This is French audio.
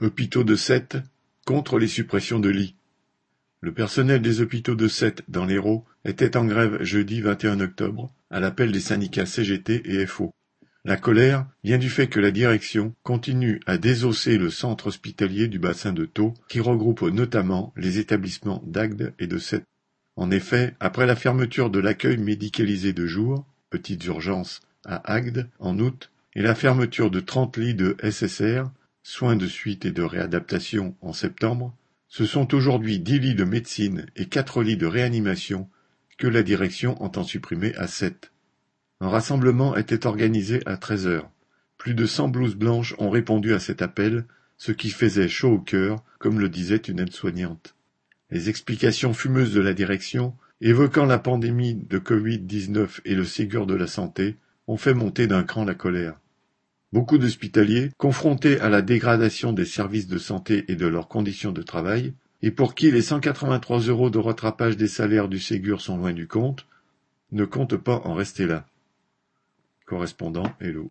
Hôpitaux de Sète contre les suppressions de lits. Le personnel des hôpitaux de Sète dans l'Hérault était en grève jeudi 21 octobre, à l'appel des syndicats CGT et FO. La colère vient du fait que la direction continue à désosser le centre hospitalier du bassin de Thau, qui regroupe notamment les établissements d'Agde et de Sète. En effet, après la fermeture de l'accueil médicalisé de jour, petites urgences à Agde, en août, et la fermeture de 30 lits de SSR, soins de suite et de réadaptation, en septembre, ce sont aujourd'hui 10 lits de médecine et 4 lits de réanimation que la direction entend supprimer à Sète. Un rassemblement était organisé à 13 heures. Plus de 100 blouses blanches ont répondu à cet appel, ce qui faisait chaud au cœur, comme le disait une aide-soignante. Les explications fumeuses de la direction, évoquant la pandémie de Covid-19 et le Ségur de la santé, ont fait monter d'un cran la colère. Beaucoup d'hospitaliers, confrontés à la dégradation des services de santé et de leurs conditions de travail, et pour qui les 183 € de rattrapage des salaires du Ségur sont loin du compte, ne comptent pas en rester là. Correspondant Hello.